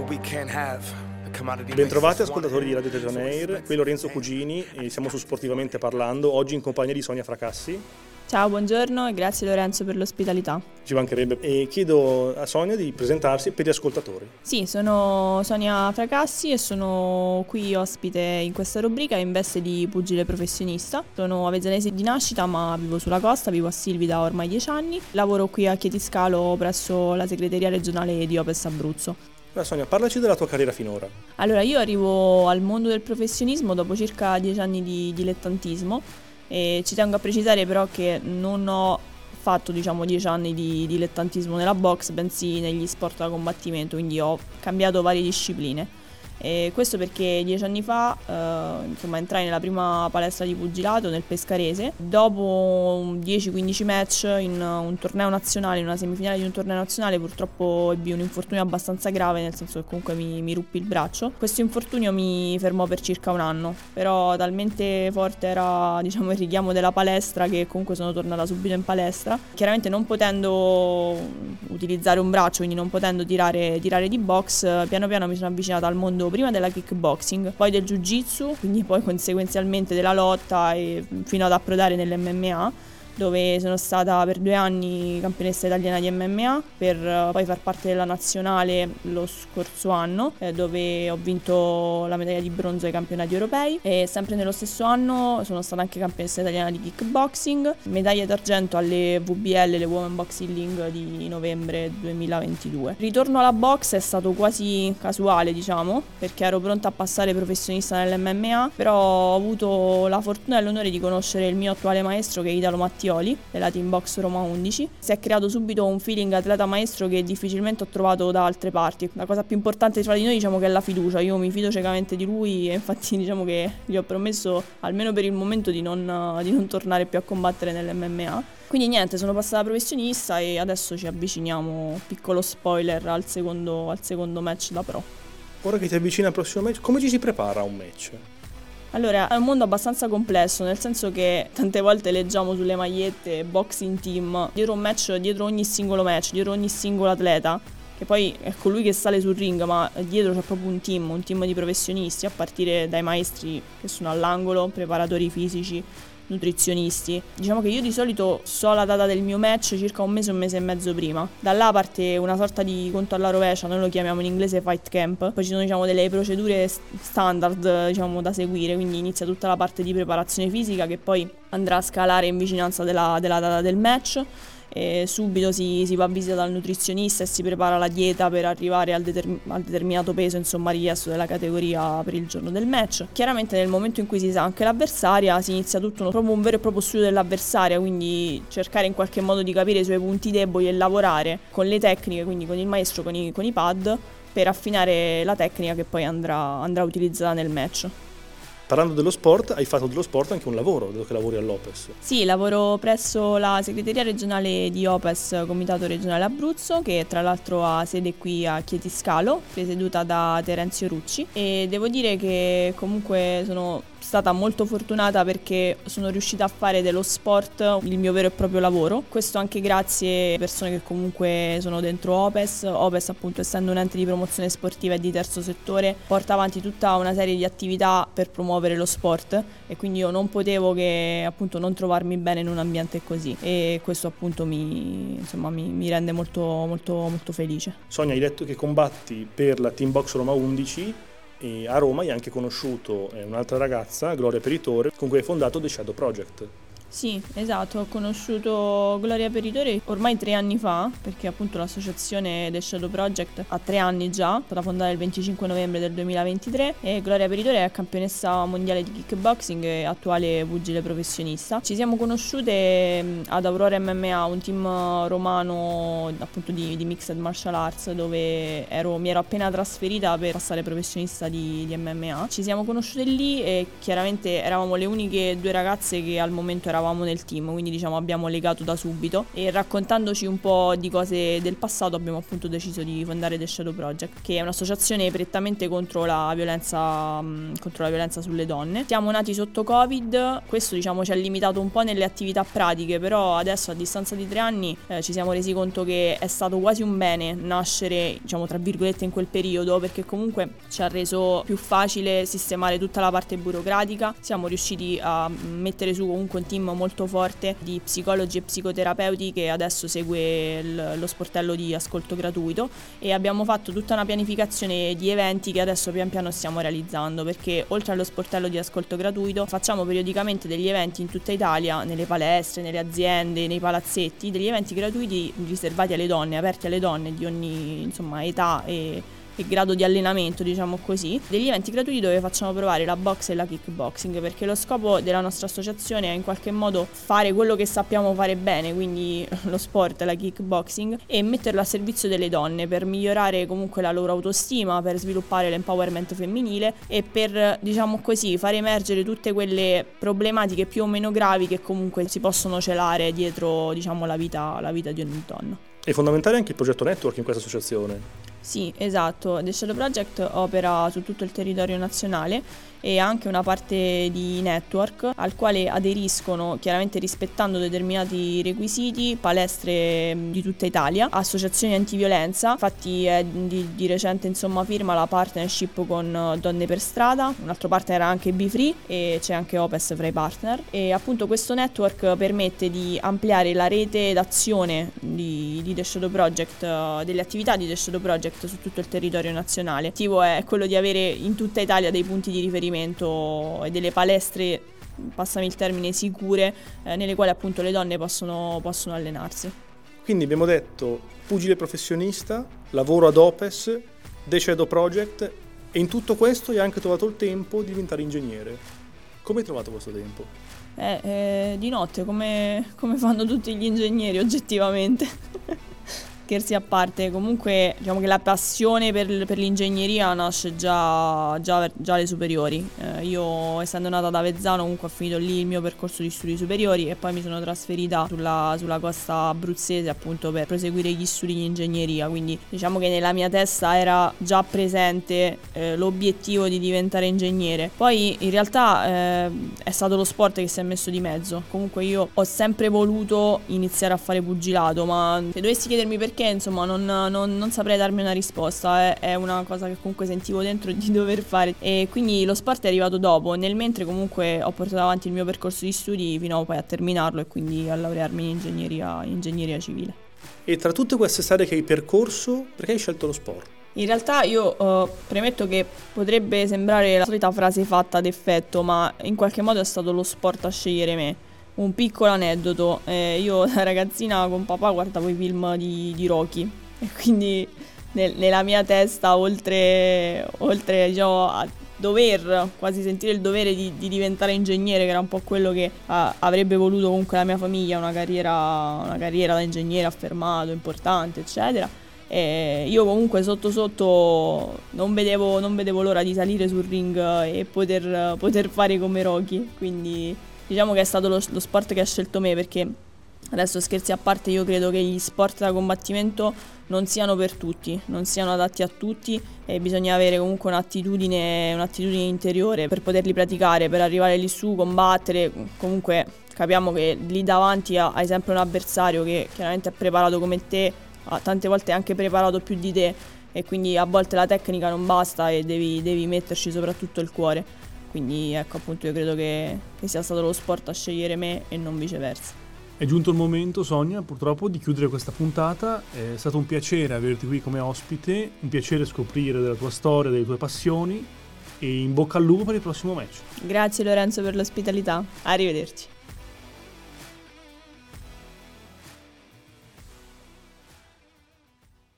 what we can't have. Bentrovati ascoltatori di Radio Teton Air, qui Lorenzo Cugini e siamo su Sportivamente Parlando, oggi in compagnia di Sonia Fracassi. Ciao, buongiorno e grazie Lorenzo per l'ospitalità. Ci mancherebbe. E chiedo a Sonia di presentarsi per gli ascoltatori. Sì, sono Sonia Fracassi e sono qui ospite in questa rubrica in veste di pugile professionista. Sono avezzanese di nascita ma vivo sulla costa, vivo a Silvi da ormai 10 anni. Lavoro qui a Chietiscalo presso la segreteria regionale di Opes Abruzzo. Allora Sonia, parlaci della tua carriera finora. Allora, io arrivo al mondo del professionismo dopo circa 10 anni di dilettantismo e ci tengo a precisare però che non ho fatto 10 anni di dilettantismo nella box, bensì negli sport da combattimento, quindi ho cambiato varie discipline. E questo perché 10 anni fa entrai nella prima palestra di pugilato nel Pescarese. Dopo 10-15 match in un torneo nazionale, in una semifinale di un torneo nazionale, purtroppo ebbi un infortunio abbastanza grave, nel senso che comunque mi ruppi il braccio. Questo infortunio mi fermò per circa un anno, però talmente forte era il richiamo della palestra che comunque sono tornata subito in palestra. Chiaramente non potendo utilizzare un braccio, quindi non potendo tirare di box, piano piano mi sono avvicinata al mondo prima della kickboxing, poi del jiu-jitsu, quindi poi conseguenzialmente della lotta e fino ad approdare nell'MMA, dove sono stata per 2 anni campionessa italiana di MMA, per poi far parte della nazionale lo scorso anno, dove ho vinto la medaglia di bronzo ai campionati europei, e sempre nello stesso anno sono stata anche campionessa italiana di kickboxing, medaglia d'argento alle WBL, le Women Boxing League di novembre 2022. Il ritorno alla box è stato quasi casuale, perché ero pronta a passare professionista nell'MMA, però ho avuto la fortuna e l'onore di conoscere il mio attuale maestro, che è Italo Mattioli, della Team Box Roma 11. Si è creato subito un feeling atleta maestro che difficilmente ho trovato da altre parti. La cosa più importante tra di noi che è la fiducia. Io mi fido ciecamente di lui e infatti che gli ho promesso almeno per il momento di non tornare più a combattere nell'MMA. Quindi niente, sono passata professionista e adesso ci avviciniamo, piccolo spoiler, al secondo match da pro. Ora che ti avvicina al prossimo match, come ci si prepara a un match? Allora, è un mondo abbastanza complesso, nel senso che tante volte leggiamo sulle magliette boxing team, dietro un match, dietro ogni singolo match, dietro ogni singolo atleta, che poi è colui che sale sul ring, ma dietro c'è proprio un team di professionisti, a partire dai maestri che sono all'angolo, preparatori fisici, nutrizionisti. Che io di solito so la data del mio match circa un mese e mezzo prima. Da là parte una sorta di conto alla rovescia, noi lo chiamiamo in inglese fight camp. Poi ci sono delle procedure standard da seguire, quindi inizia tutta la parte di preparazione fisica che poi andrà a scalare in vicinanza della data del match. E subito si va a visita dal nutrizionista e si prepara la dieta per arrivare al determinato peso richiesto della categoria per il giorno del match. Chiaramente nel momento in cui si sa anche l'avversaria si inizia tutto proprio un vero e proprio studio dell'avversaria, quindi cercare in qualche modo di capire i suoi punti deboli e lavorare con le tecniche, quindi con il maestro, con i pad, per affinare la tecnica che poi andrà utilizzata nel match. Parlando dello sport, hai fatto dello sport anche un lavoro, vedo che lavori all'Opes. Sì, lavoro presso la segreteria regionale di Opes, Comitato Regionale Abruzzo, che tra l'altro ha sede qui a Chietiscalo, presieduta da Terenzio Rucci, e devo dire che comunque sono stata molto fortunata perché sono riuscita a fare dello sport il mio vero e proprio lavoro. Questo anche grazie a persone che comunque sono dentro Opes. Opes, appunto, essendo un ente di promozione sportiva e di terzo settore, porta avanti tutta una serie di attività per promuovere lo sport, e quindi io non potevo che appunto non trovarmi bene in un ambiente così, e questo appunto mi rende molto molto molto felice. Sonia, hai detto che combatti per la Team Box Roma 11 e a Roma hai anche conosciuto un'altra ragazza, Gloria Peritore, con cui hai fondato The Shadow Project. Sì, esatto, ho conosciuto Gloria Peritore ormai 3 anni fa, perché appunto l'associazione The Shadow Project ha 3 anni già, è stata fondata il 25 novembre del 2023, e Gloria Peritore è campionessa mondiale di kickboxing e attuale pugile professionista. Ci siamo conosciute ad Aurora MMA, un team romano appunto di Mixed Martial Arts, dove mi ero appena trasferita per passare professionista di MMA. Ci siamo conosciute lì e chiaramente eravamo le uniche 2 ragazze che al momento eravamo eravamo nel team, quindi diciamo abbiamo legato da subito e raccontandoci un po' di cose del passato abbiamo appunto deciso di fondare The Shadow Project, che è un'associazione prettamente contro la violenza sulle donne. Siamo nati sotto Covid, questo diciamo ci ha limitato un po' nelle attività pratiche, però adesso a distanza di 3 anni ci siamo resi conto che è stato quasi un bene nascere, diciamo tra virgolette, in quel periodo, perché comunque ci ha reso più facile sistemare tutta la parte burocratica. Siamo riusciti a mettere su comunque un team molto forte di psicologi e psicoterapeuti che adesso segue lo sportello di ascolto gratuito, e abbiamo fatto tutta una pianificazione di eventi che adesso pian piano stiamo realizzando, perché oltre allo sportello di ascolto gratuito facciamo periodicamente degli eventi in tutta Italia, nelle palestre, nelle aziende, nei palazzetti, degli eventi gratuiti riservati alle donne, aperti alle donne di ogni età e grado di allenamento, diciamo così, degli eventi gratuiti dove facciamo provare la box e la kickboxing, perché lo scopo della nostra associazione è in qualche modo fare quello che sappiamo fare bene, quindi lo sport, la kickboxing, e metterlo a servizio delle donne per migliorare comunque la loro autostima, per sviluppare l'empowerment femminile e per, diciamo così, far emergere tutte quelle problematiche più o meno gravi che comunque si possono celare dietro, diciamo, la vita di ogni donna. È fondamentale anche il progetto network in questa associazione. Sì, esatto. The Shadow Project opera su tutto il territorio nazionale e ha anche una parte di network al quale aderiscono, chiaramente rispettando determinati requisiti, palestre di tutta Italia, associazioni antiviolenza. Infatti è di recente firma la partnership con Donne per Strada, un altro partner era anche Be Free e c'è anche Opes fra i partner, e appunto questo network permette di ampliare la rete d'azione di The Shadow Project, delle attività di The Shadow Project su tutto il territorio nazionale. L'obiettivo è quello di avere in tutta Italia dei punti di riferimento e delle palestre, passami il termine, sicure, nelle quali appunto le donne possono allenarsi. Quindi abbiamo detto pugile professionista, lavoro ad Opes, The Shadow Project, e in tutto questo hai anche trovato il tempo di diventare ingegnere. Come hai trovato questo tempo? Di notte, come fanno tutti gli ingegneri oggettivamente. Scherzi a parte, comunque diciamo che la passione per l'ingegneria nasce già alle superiori. Io, essendo nata ad Avezzano, comunque ho finito lì il mio percorso di studi superiori e poi mi sono trasferita sulla costa abruzzese appunto per proseguire gli studi di ingegneria, quindi diciamo che nella mia testa era già presente l'obiettivo di diventare ingegnere. Poi in realtà è stato lo sport che si è messo di mezzo. Comunque io ho sempre voluto iniziare a fare pugilato, ma se dovessi chiedermi perché, non saprei darmi una risposta. È una cosa che comunque sentivo dentro di dover fare, e quindi lo sport è arrivato dopo. Nel mentre comunque ho portato avanti il mio percorso di studi fino poi a terminarlo e quindi a laurearmi in ingegneria civile. E tra tutte queste strade che hai percorso, perché hai scelto lo sport? In realtà io premetto che potrebbe sembrare la solita frase fatta ad effetto, ma in qualche modo è stato lo sport a scegliere me. Un piccolo aneddoto, io da ragazzina con papà guardavo i film di Rocky e quindi nella mia testa, oltre diciamo, a dover quasi sentire il dovere di diventare ingegnere, che era un po' quello che avrebbe voluto comunque la mia famiglia, una carriera da ingegnere affermato, importante, eccetera. E io comunque sotto non vedevo l'ora di salire sul ring e poter fare come Rocky, quindi diciamo che è stato lo sport che ha scelto me, perché adesso, scherzi a parte, io credo che gli sport da combattimento non siano per tutti, non siano adatti a tutti, e bisogna avere comunque un'attitudine interiore per poterli praticare, per arrivare lì su, combattere. Comunque capiamo che lì davanti hai sempre un avversario che chiaramente è preparato come te, tante volte è anche preparato più di te, e quindi a volte la tecnica non basta e devi metterci soprattutto il cuore. Quindi ecco, appunto, io credo che sia stato lo sport a scegliere me e non viceversa. È giunto il momento, Sonia, purtroppo, di chiudere questa puntata. È stato un piacere averti qui come ospite, un piacere scoprire della tua storia, delle tue passioni, e in bocca al lupo per il prossimo match. Grazie Lorenzo per l'ospitalità, arrivederci.